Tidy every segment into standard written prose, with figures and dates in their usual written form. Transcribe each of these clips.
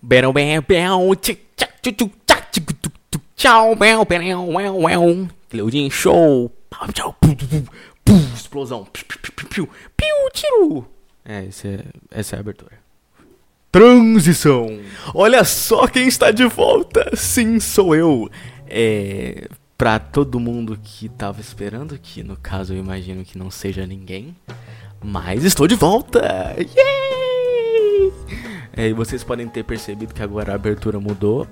Bel, bel, bel, tchic, tchac, tchuc, tchuc, tchac, tchic, tuc, tuc, tchau, bel, bel, well, well. Cleudinho Show. Pau, tchau, pu, pu, pu, pu, explosão. Piu, piu, piu, piu, piu, tiro. Essa é a abertura. Transição. Olha só quem está de volta. Sim, sou eu. Pra todo mundo que tava esperando, que no caso eu imagino que não seja ninguém, mas estou de volta. Yay! E vocês podem ter percebido que agora a abertura mudou.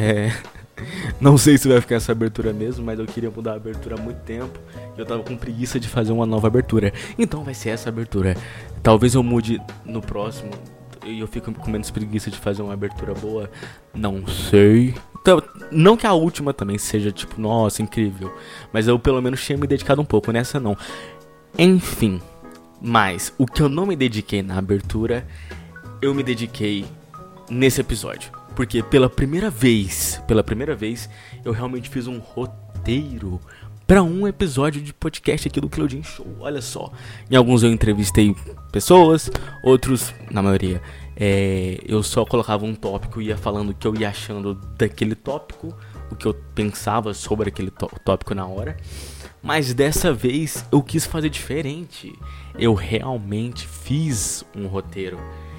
Não sei se vai ficar essa abertura mesmo, mas eu queria mudar a abertura há muito tempo. Eu tava com preguiça de fazer uma nova abertura. Então vai ser essa abertura. Talvez eu mude no próximo e eu fico com menos preguiça de fazer uma abertura boa. Não sei. Então, não que a última também seja tipo, nossa, incrível. Mas eu pelo menos tinha me dedicado um pouco, nessa não. Enfim. Mas o que eu não me dediquei na abertura, eu me dediquei nesse episódio. Porque pela primeira vez, eu realmente fiz um roteiro para um episódio de podcast aqui do Cleudinho Show. Olha só. Em alguns eu entrevistei pessoas, outros, na maioria, eu só colocava um tópico e ia falando o que eu ia achando daquele tópico, o que eu pensava sobre aquele tópico na hora. Mas dessa vez eu quis fazer diferente. Eu realmente fiz um roteiro.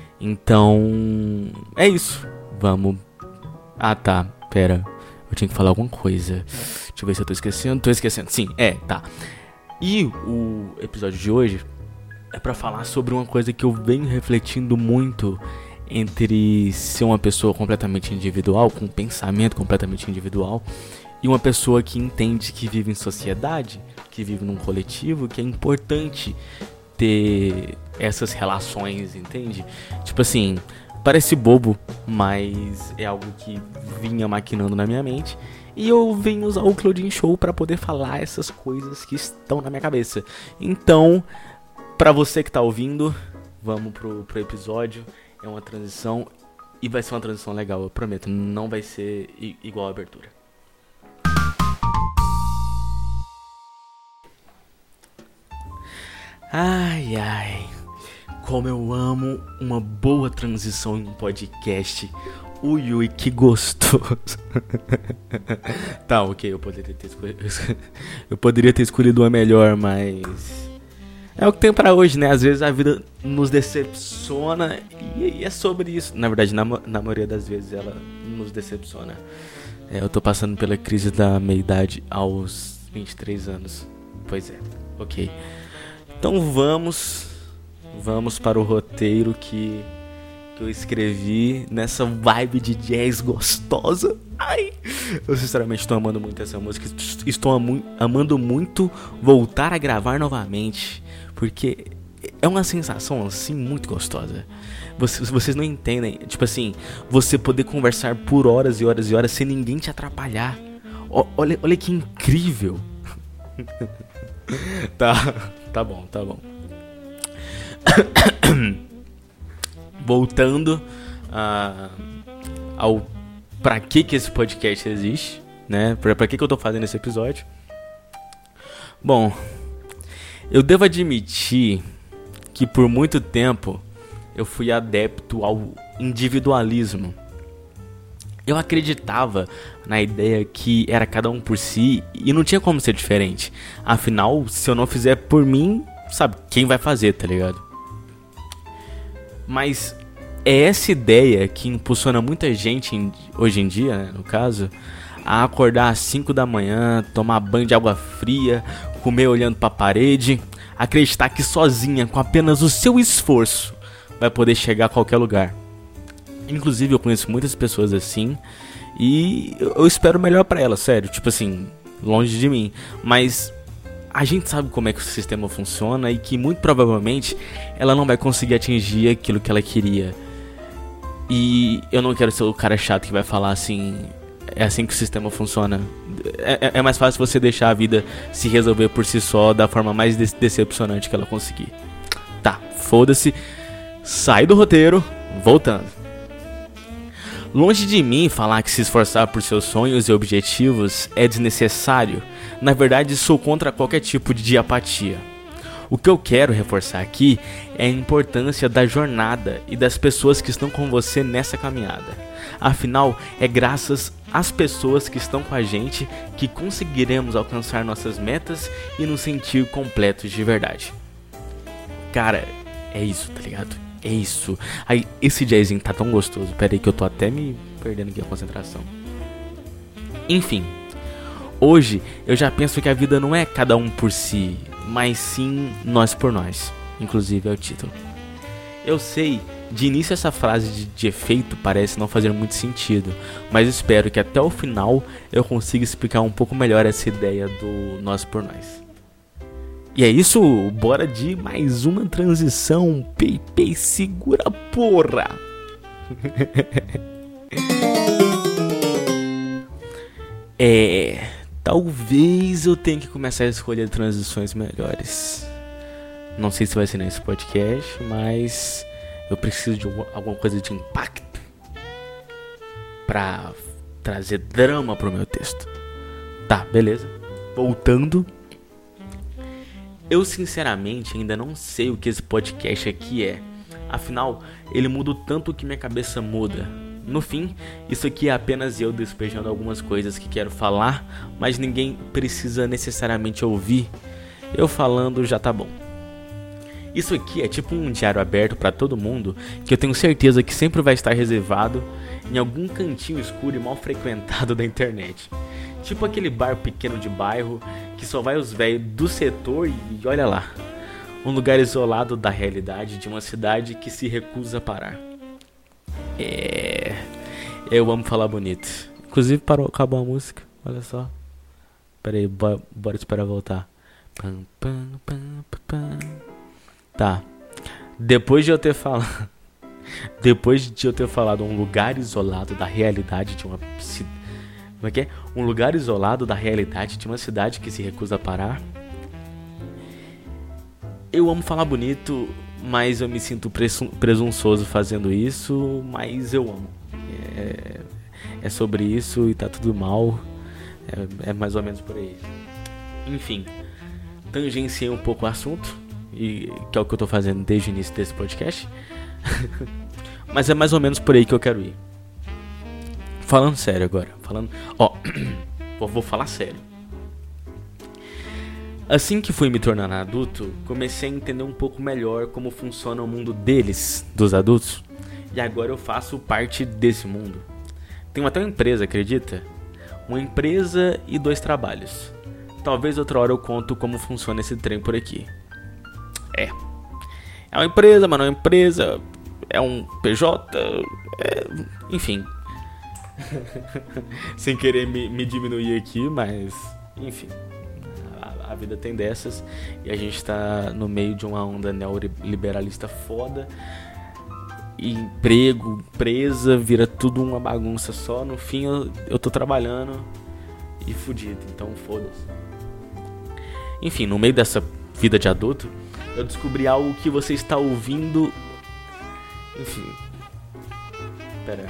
Então, é isso. Vamos. Ah, tá. Pera. Eu tinha que falar alguma coisa. Deixa eu ver se eu tô esquecendo. Tô esquecendo. Sim, tá. E o episódio de hoje é pra falar sobre uma coisa que eu venho refletindo muito entre ser uma pessoa completamente individual, com um pensamento completamente individual, e uma pessoa que entende que vive em sociedade, que vive num coletivo, que é importante ter essas relações, entende? Tipo assim, parece bobo, mas é algo que vinha maquinando na minha mente. E eu venho usar o Cleudinho Show pra poder falar essas coisas que estão na minha cabeça. Então, pra você que tá ouvindo, vamos pro episódio. É uma transição e vai ser uma transição legal, eu prometo. Não vai ser igual a abertura. Ai, ai. Como eu amo uma boa transição em um podcast. Ui, que gostoso. Tá, ok, eu poderia ter escolhido uma melhor, mas é o que tem pra hoje, né? Às vezes a vida nos decepciona e é sobre isso. Na verdade, na maioria das vezes ela nos decepciona. Eu tô passando pela crise da meia-idade aos 23 anos. Pois é, ok. Então vamos para o roteiro que eu escrevi nessa vibe de jazz gostosa. Ai, eu sinceramente estou amando muito essa música. Estou amando muito voltar a gravar novamente, porque é uma sensação assim muito gostosa. Vocês não entendem, tipo assim, você poder conversar por horas e horas e horas sem ninguém te atrapalhar. Olha que incrível. Tá bom. Voltando ao pra que esse podcast existe, né? Pra que eu tô fazendo esse episódio? Bom, eu devo admitir que por muito tempo eu fui adepto ao individualismo. Eu acreditava na ideia que era cada um por si e não tinha como ser diferente. Afinal, se eu não fizer por mim, sabe, quem vai fazer, tá ligado? Mas é essa ideia que impulsiona muita gente hoje em dia, né, no caso, a acordar às 5 da manhã, tomar banho de água fria, comer olhando pra parede, acreditar que sozinha, com apenas o seu esforço, vai poder chegar a qualquer lugar. Inclusive eu conheço muitas pessoas assim e eu espero o melhor pra elas, sério, tipo assim, longe de mim, mas a gente sabe como é que o sistema funciona e que muito provavelmente ela não vai conseguir atingir aquilo que ela queria. E eu não quero ser o cara chato que vai falar assim, é assim que o sistema funciona. É mais fácil você deixar a vida se resolver por si só da forma mais decepcionante que ela conseguir. Tá, foda-se. Sai do roteiro, voltando. Longe de mim falar que se esforçar por seus sonhos e objetivos é desnecessário. Na verdade, sou contra qualquer tipo de apatia. O que eu quero reforçar aqui é a importância da jornada e das pessoas que estão com você nessa caminhada. Afinal, é graças às pessoas que estão com a gente que conseguiremos alcançar nossas metas e nos sentir completos de verdade. Cara, é isso, tá ligado? É isso. Aí, esse jazzinho tá tão gostoso. Pera aí que eu tô até me perdendo aqui a concentração. Enfim, hoje eu já penso que a vida não é cada um por si, mas sim nós por nós. Inclusive é o título. Eu sei, de início essa frase de efeito parece não fazer muito sentido, mas espero que até o final eu consiga explicar um pouco melhor essa ideia do nós por nós. E é isso, bora de mais uma transição. Pepe, segura porra. Talvez eu tenha que começar a escolher transições melhores. Não sei se vai ser nesse podcast, mas eu preciso de alguma coisa de impacto pra trazer drama pro meu texto. Tá, beleza. Voltando. Eu sinceramente ainda não sei o que esse podcast aqui é. Afinal, ele muda o tanto que minha cabeça muda. No fim, isso aqui é apenas eu despejando algumas coisas que quero falar, mas ninguém precisa necessariamente ouvir. Eu falando já tá bom. Isso aqui é tipo um diário aberto pra todo mundo, que eu tenho certeza que sempre vai estar reservado em algum cantinho escuro e mal frequentado da internet. Tipo aquele bar pequeno de bairro que só vai os velhos do setor e olha lá. Um lugar isolado da realidade de uma cidade que se recusa a parar. Eu amo falar bonito. Inclusive acabou a música, olha só. Pera aí, bora esperar voltar. Tá. Depois de eu ter falado um lugar isolado da realidade de uma cidade. Como é que é? Um lugar isolado da realidade de uma cidade que se recusa a parar. Eu amo falar bonito, mas eu me sinto presunçoso fazendo isso, mas eu amo. É sobre isso e tá tudo mal. É mais ou menos por aí. Enfim, tangenciei um pouco o assunto, e que é o que eu tô fazendo desde o início desse podcast. Mas é mais ou menos por aí que eu quero ir. Falando sério agora, vou falar sério. Assim que fui me tornando adulto, comecei a entender um pouco melhor como funciona o mundo deles, dos adultos, e agora eu faço parte desse mundo. Tenho até uma empresa, acredita? Uma empresa e 2 trabalhos. Talvez outra hora eu conto como funciona esse trem por aqui. É uma empresa, mas não é uma empresa, é um PJ, enfim. Sem querer me diminuir aqui, mas enfim, a vida tem dessas e a gente tá no meio de uma onda neoliberalista foda. E emprego, empresa, vira tudo uma bagunça só. No fim eu tô trabalhando e fudido, então foda-se. Enfim, no meio dessa vida de adulto, eu descobri algo que você está ouvindo. Enfim, pera.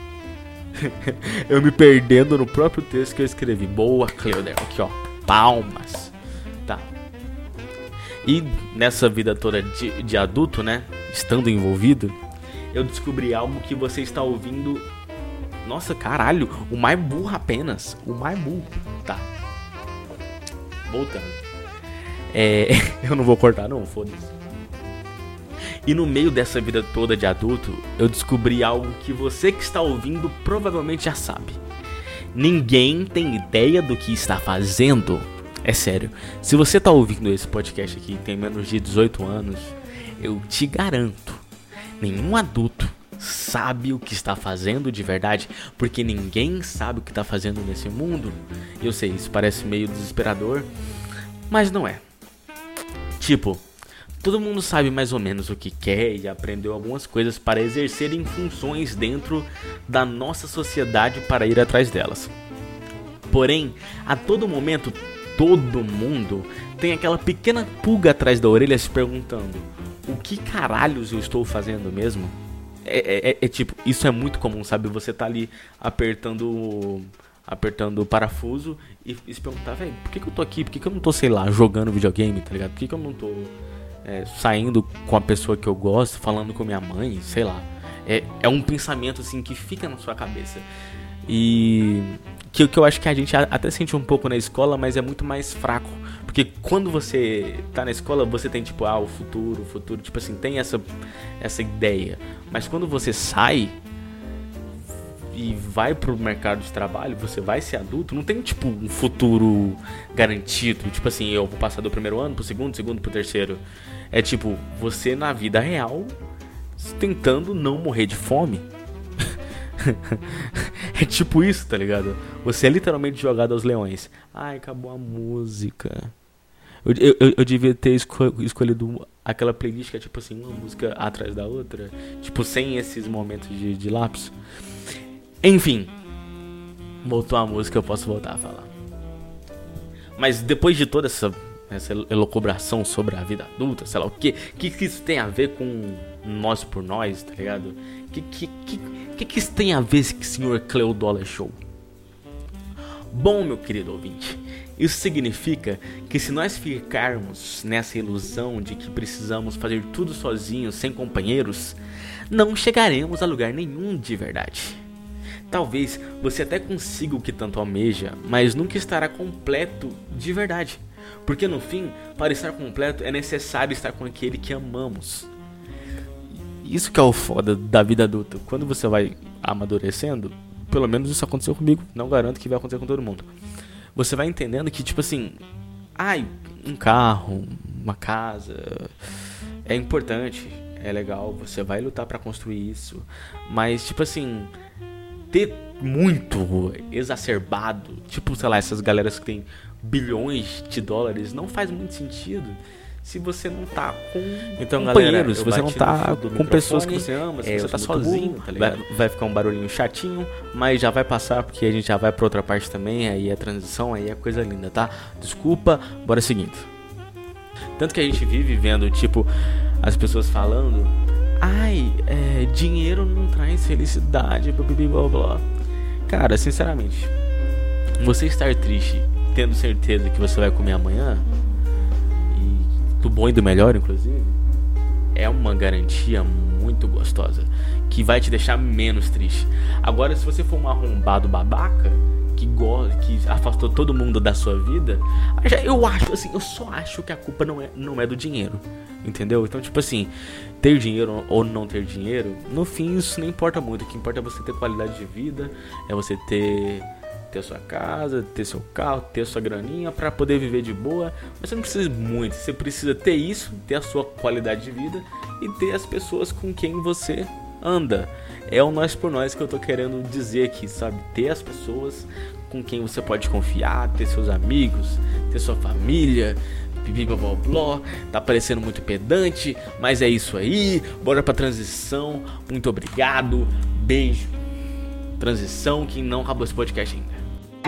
Eu me perdendo no próprio texto que eu escrevi. Boa, Cleudel. Aqui, ó. Palmas. Tá. E nessa vida toda de adulto, né? Estando envolvido, eu descobri algo que você está ouvindo. Nossa, caralho. O mais burro apenas. O mais burro. Tá. Voltando. Eu não vou cortar, não. Foda-se. E no meio dessa vida toda de adulto, eu descobri algo que você que está ouvindo provavelmente já sabe. Ninguém tem ideia do que está fazendo. É sério, se você está ouvindo esse podcast aqui e tem menos de 18 anos, eu te garanto, nenhum adulto sabe o que está fazendo de verdade, porque ninguém sabe o que está fazendo nesse mundo. Eu sei, isso parece meio desesperador, mas não é. Tipo, todo mundo sabe mais ou menos o que quer e aprendeu algumas coisas para exercerem funções dentro da nossa sociedade para ir atrás delas. Porém, a todo momento, todo mundo tem aquela pequena pulga atrás da orelha se perguntando: o que caralhos eu estou fazendo mesmo? Tipo, isso é muito comum, sabe? Você tá ali apertando o parafuso e se perguntar, velho, por que eu tô aqui? Por que eu não tô, sei lá, jogando videogame, tá ligado? Por que eu não tô saindo com a pessoa que eu gosto, falando com minha mãe, sei lá. É um pensamento assim que fica na sua cabeça. E que eu acho que a gente até sente um pouco na escola, mas é muito mais fraco. Porque quando você tá na escola, você tem tipo, o futuro, tipo assim, tem essa ideia. Mas quando você sai e vai pro mercado de trabalho, você vai ser adulto, não tem tipo um futuro garantido. Tipo assim, eu vou passar do primeiro ano pro segundo pro terceiro. É tipo, você na vida real tentando não morrer de fome. É tipo isso, tá ligado? Você é literalmente jogado aos leões. Ai, acabou a música. Eu devia ter escolhido aquela playlist que é tipo assim, uma música atrás da outra, tipo, sem esses momentos de lapso. Enfim, voltou a música, eu posso voltar a falar. Mas depois de toda essa elucubração sobre a vida adulta, sei lá o que isso tem a ver com nós por nós, tá ligado? Que isso tem a ver com o senhor Cleo Dollar Show? Bom, meu querido ouvinte, isso significa que se nós ficarmos nessa ilusão de que precisamos fazer tudo sozinhos, sem companheiros, não chegaremos a lugar nenhum de verdade. Talvez você até consiga o que tanto almeja, mas nunca estará completo de verdade. Porque no fim, para estar completo é necessário estar com aquele que amamos. Isso que é o foda da vida adulta. Quando você vai amadurecendo, pelo menos isso aconteceu comigo, não garanto que vai acontecer com todo mundo. Você vai entendendo que tipo assim, um carro, uma casa é importante, é legal, você vai lutar pra construir isso, mas tipo assim, ter muito exacerbado, tipo, sei lá, essas galeras que tem bilhões de dólares, não faz muito sentido se você não tá com companheiros, se você não tá com pessoas que você ama, se você tá sozinho, tá ligado? Vai ficar um barulhinho chatinho, mas já vai passar, porque a gente já vai pra outra parte também, aí é transição, aí é coisa linda, tá? Desculpa, bora seguindo. Tanto que a gente vive vendo, tipo, as pessoas falando, dinheiro não traz felicidade, blá blá blá. Cara, sinceramente, você estar triste, tendo certeza que você vai comer amanhã, do bom e do melhor, inclusive, é uma garantia muito gostosa, que vai te deixar menos triste. Agora, se você for um arrombado babaca, que afastou todo mundo da sua vida, eu só acho que a culpa não é do dinheiro, entendeu? Então, tipo assim, ter dinheiro ou não ter dinheiro, no fim isso não importa muito. O que importa é você ter qualidade de vida, é você ter sua casa, ter seu carro, ter sua graninha pra poder viver de boa. Mas você não precisa muito, você precisa ter isso, ter a sua qualidade de vida e ter as pessoas com quem você anda. É o nós por nós que eu tô querendo dizer aqui, sabe? Ter as pessoas com quem você pode confiar, ter seus amigos, ter sua família, blá, tá parecendo muito pedante, mas é isso aí, bora pra transição, muito obrigado, beijo. Transição que não acabou esse podcast ainda.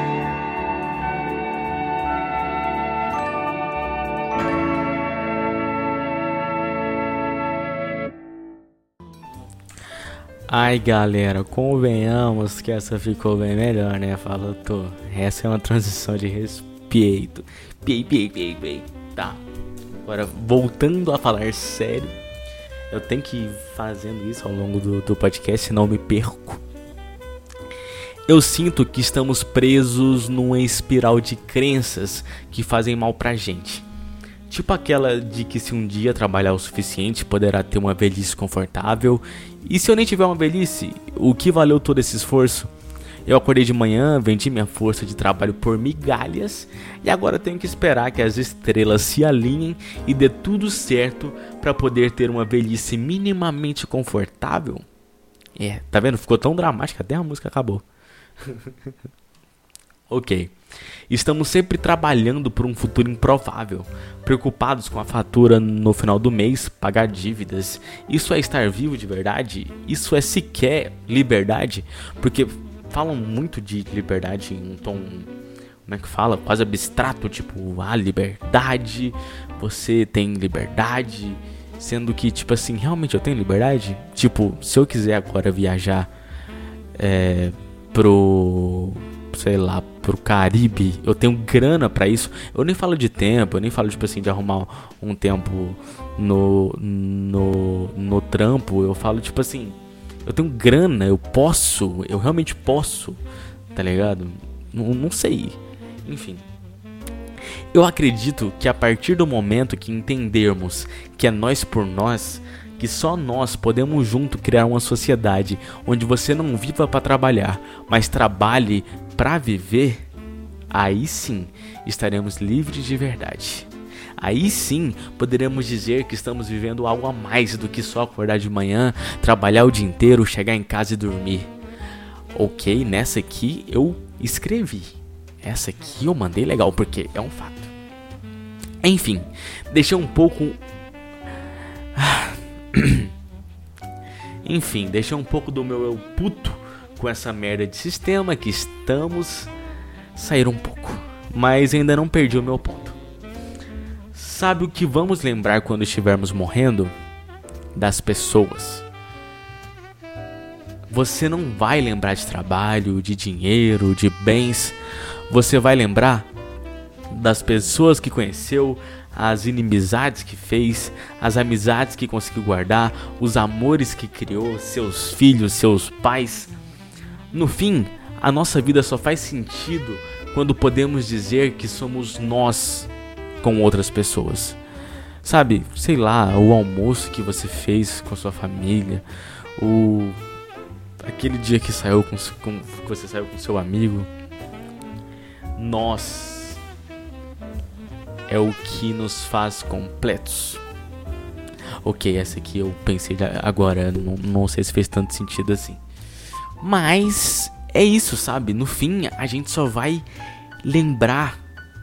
Ai galera, convenhamos que essa ficou bem melhor, né? Fala, essa é uma transição de respeito. Tá, agora voltando a falar sério, eu tenho que ir fazendo isso ao longo do podcast, senão eu me perco. Eu sinto que estamos presos numa espiral de crenças que fazem mal pra gente. Tipo aquela de que se um dia trabalhar o suficiente poderá ter uma velhice confortável. E se eu nem tiver uma velhice, o que valeu todo esse esforço? Eu acordei de manhã, vendi minha força de trabalho por migalhas e agora tenho que esperar que as estrelas se alinhem e dê tudo certo para poder ter uma velhice minimamente confortável? Tá vendo? Ficou tão dramático, até a música acabou. Ok. Estamos sempre trabalhando por um futuro improvável, preocupados com a fatura no final do mês, pagar dívidas. Isso é estar vivo de verdade? Isso é sequer liberdade? Porque falam muito de liberdade em um tom, como é que fala? Quase abstrato, tipo, liberdade, você tem liberdade, sendo que, tipo assim, realmente eu tenho liberdade? Tipo, se eu quiser agora viajar pro pro Caribe, eu tenho grana pra isso. Eu nem falo de tempo, eu nem falo, tipo assim, de arrumar um tempo no trampo. Eu falo, tipo assim, eu tenho grana, eu realmente posso, tá ligado? Não sei, enfim. Eu acredito que a partir do momento que entendermos que é nós por nós, que só nós podemos junto criar uma sociedade onde você não viva para trabalhar, mas trabalhe para viver, aí sim estaremos livres de verdade. Aí sim poderemos dizer que estamos vivendo algo a mais do que só acordar de manhã, trabalhar o dia inteiro, chegar em casa e dormir. Ok, nessa aqui eu escrevi. Essa aqui eu mandei legal, porque é um fato. Enfim, deixei um pouco... Enfim, deixei um pouco do meu eu puto com essa merda de sistema que estamos... Sair um pouco, mas ainda não perdi o meu ponto. Sabe o que vamos lembrar quando estivermos morrendo? Das pessoas. Você não vai lembrar de trabalho, de dinheiro, de bens. Você vai lembrar das pessoas que conheceu, as inimizades que fez, as amizades que conseguiu guardar, os amores que criou, seus filhos, seus pais. No fim, a nossa vida só faz sentido quando podemos dizer que somos nós com outras pessoas. Sabe, sei lá, o almoço que você fez com a sua família, aquele dia que você saiu com seu amigo. Nós é o que nos faz completos. Ok, essa aqui eu pensei agora, não sei se fez tanto sentido assim. Mas é isso, sabe? No fim, a gente só vai lembrar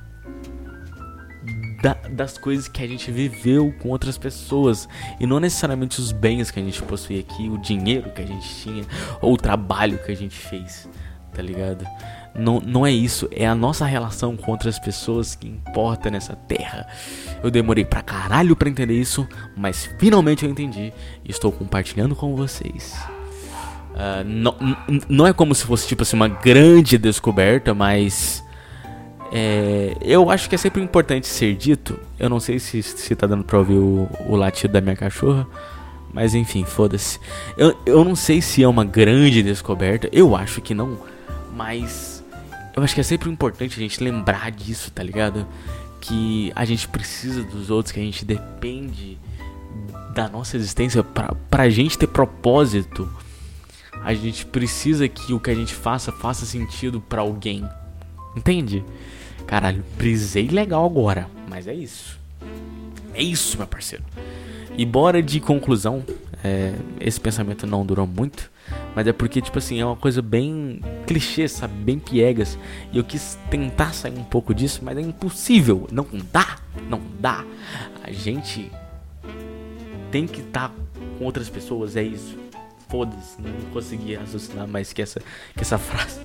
das coisas que a gente viveu com outras pessoas, e não necessariamente os bens que a gente possui aqui, o dinheiro que a gente tinha, ou o trabalho que a gente fez, tá ligado? Não é isso, é a nossa relação com outras pessoas que importa nessa terra. Eu demorei pra caralho pra entender isso, mas finalmente eu entendi e estou compartilhando com vocês. Não é como se fosse tipo assim uma grande descoberta, mas eu acho que é sempre importante ser dito. Eu não sei se tá dando pra ouvir o latido da minha cachorra, mas enfim, foda-se. Eu não sei se é uma grande descoberta, eu acho que não, mas eu acho que é sempre importante a gente lembrar disso, tá ligado? Que a gente precisa dos outros, que a gente depende da nossa existência pra gente ter propósito. A gente precisa que o que a gente faça sentido pra alguém. Entende? Caralho, brisei legal agora, mas é isso. É isso, meu parceiro. E bora de conclusão. Esse pensamento não durou muito, mas é porque, tipo assim, é uma coisa bem clichê, sabe? Bem piegas. E eu quis tentar sair um pouco disso, mas é impossível. Não dá. A gente tem que estar com outras pessoas, é isso. Foda-se, não consegui raciocinar mais que essa frase.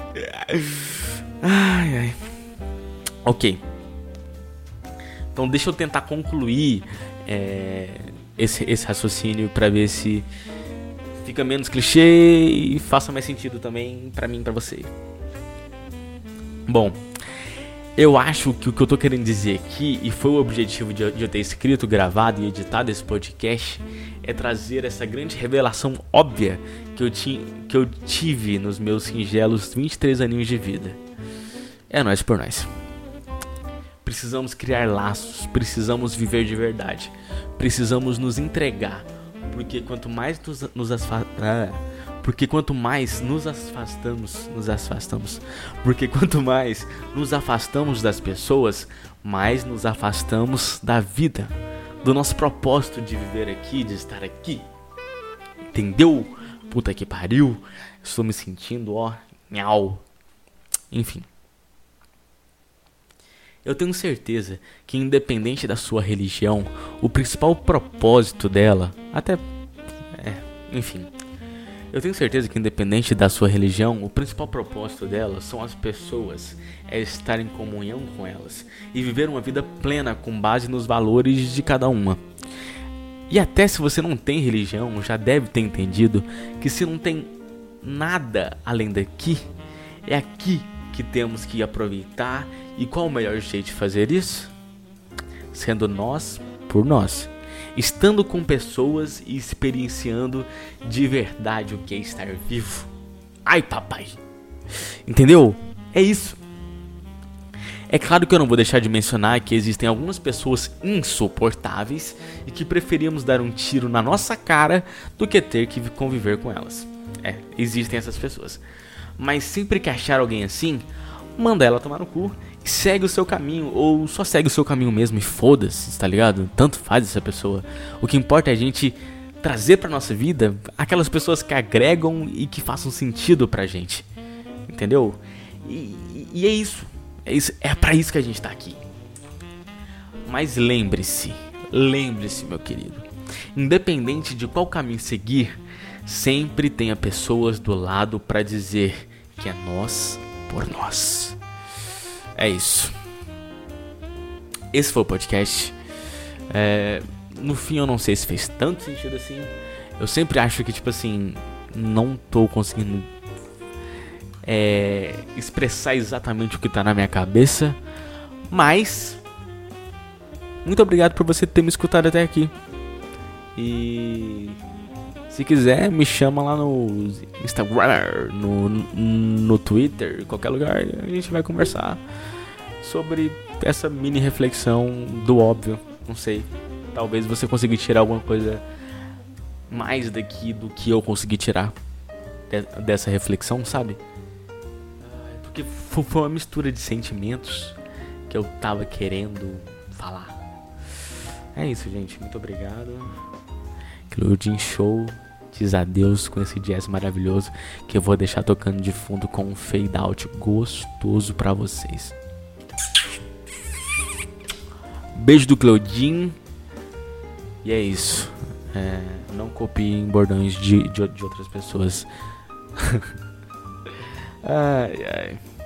Ai. Ok. Então deixa eu tentar concluir esse raciocínio pra ver se fica menos clichê e faça mais sentido também pra mim e pra você. Bom, eu acho que o que eu tô querendo dizer aqui, e foi o objetivo de eu ter escrito, gravado e editado esse podcast, é trazer essa grande revelação óbvia que eu tive nos meus singelos 23 aninhos de vida. É nóis por nós. Precisamos criar laços, precisamos viver de verdade, precisamos nos entregar, porque quanto mais nos afastamos, porque quanto mais nos afastamos das pessoas, mais nos afastamos da vida, do nosso propósito de viver aqui, de estar aqui. Entendeu? Puta que pariu. Estou me sentindo, miau. Enfim. Eu tenho certeza que, independente da sua religião, o principal propósito dela, eu tenho certeza que, independente da sua religião, o principal propósito dela são as pessoas, é estar em comunhão com elas e viver uma vida plena com base nos valores de cada uma. E até se você não tem religião, já deve ter entendido que se não tem nada além daqui, é aqui que que temos que aproveitar. E qual o melhor jeito de fazer isso? Sendo nós por nós, estando com pessoas e experienciando de verdade o que é estar vivo. Ai, papai, entendeu? É isso. É claro que eu não vou deixar de mencionar que existem algumas pessoas insuportáveis e que preferimos dar um tiro na nossa cara do que ter que conviver com elas. Existem essas pessoas. Mas sempre que achar alguém assim, manda ela tomar no cu e segue o seu caminho, ou só segue o seu caminho mesmo e foda-se, tá ligado? Tanto faz essa pessoa. O que importa é a gente trazer pra nossa vida aquelas pessoas que agregam e que façam sentido pra gente. Entendeu? E é isso. É pra isso que a gente tá aqui. Mas lembre-se, meu querido, independente de qual caminho seguir, sempre tenha pessoas do lado pra dizer que é nós por nós. É isso. Esse foi o podcast. No fim eu não sei se fez tanto sentido assim. Eu sempre acho que, tipo assim, não tô conseguindo expressar exatamente o que tá na minha cabeça. Mas muito obrigado por você ter me escutado até aqui. E se quiser, me chama lá no Instagram, no Twitter, qualquer lugar. A gente vai conversar sobre essa mini reflexão do óbvio. Não sei, talvez você consiga tirar alguma coisa mais daqui do que eu consegui tirar dessa reflexão, sabe? Porque foi uma mistura de sentimentos que eu tava querendo falar. É isso, gente. Muito obrigado. Cloudin Show diz adeus com esse jazz maravilhoso que eu vou deixar tocando de fundo com um fade out gostoso pra vocês. Beijo do Cloudin. E é isso. Não copiem bordões de outras pessoas. Ai, ai.